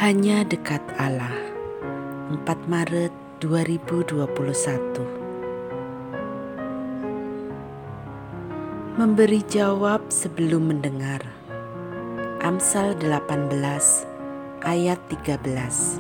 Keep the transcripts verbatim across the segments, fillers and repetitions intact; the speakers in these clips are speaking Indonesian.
Hanya dekat Allah. empat Maret dua ribu dua puluh satu. Memberi jawab sebelum mendengar. Amsal delapan belas ayat tiga belas.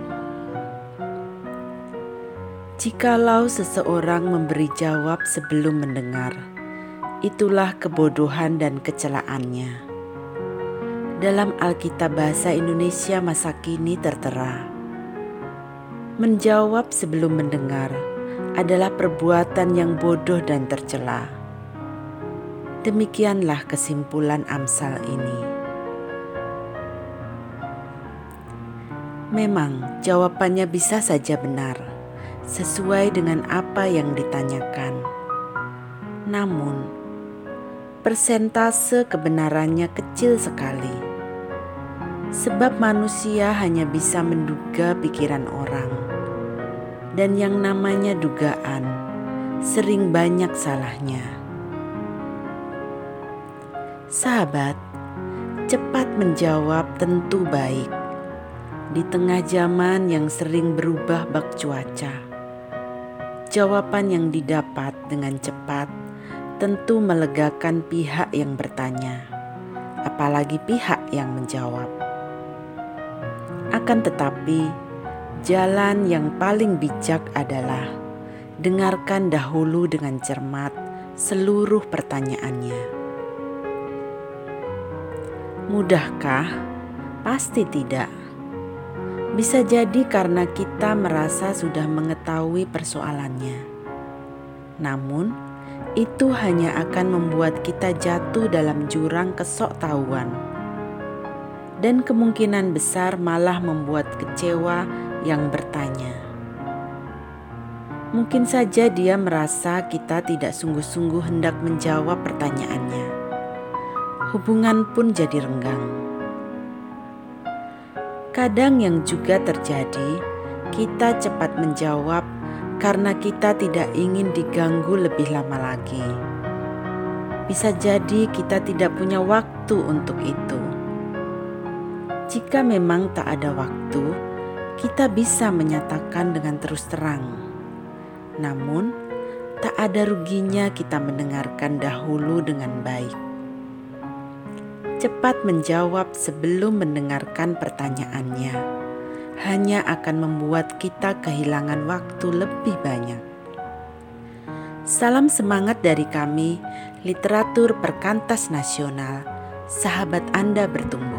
Jikalau seseorang memberi jawab sebelum mendengar, itulah kebodohan dan kecelaannya. Dalam Alkitab Bahasa Indonesia masa kini tertera, menjawab sebelum mendengar adalah perbuatan yang bodoh dan tercela. Demikianlah kesimpulan Amsal ini. Memang jawabannya bisa saja benar, sesuai dengan apa yang ditanyakan. Namun, persentase kebenarannya kecil sekali. Sebab manusia hanya bisa menduga pikiran orang, dan yang namanya dugaan sering banyak salahnya. Sahabat, cepat menjawab tentu baik di tengah zaman yang sering berubah bak cuaca. Jawaban yang didapat dengan cepat tentu melegakan pihak yang bertanya, apalagi pihak yang menjawab. Akan tetapi, jalan yang paling bijak adalah dengarkan dahulu dengan cermat seluruh pertanyaannya. Mudahkah? Pasti tidak. Bisa jadi karena kita merasa sudah mengetahui persoalannya. Namun, itu hanya akan membuat kita jatuh dalam jurang kesoktahuan. Dan kemungkinan besar malah membuat kecewa yang bertanya. Mungkin saja dia merasa kita tidak sungguh-sungguh hendak menjawab pertanyaannya. Hubungan pun jadi renggang. Kadang yang juga terjadi, kita cepat menjawab karena kita tidak ingin diganggu lebih lama lagi. Bisa jadi kita tidak punya waktu untuk itu. Jika memang tak ada waktu, kita bisa menyatakan dengan terus terang. Namun, tak ada ruginya kita mendengarkan dahulu dengan baik. Cepat menjawab sebelum mendengarkan pertanyaannya hanya akan membuat kita kehilangan waktu lebih banyak. Salam semangat dari kami, Literatur Perkantas Nasional. Sahabat Anda bertumbuh.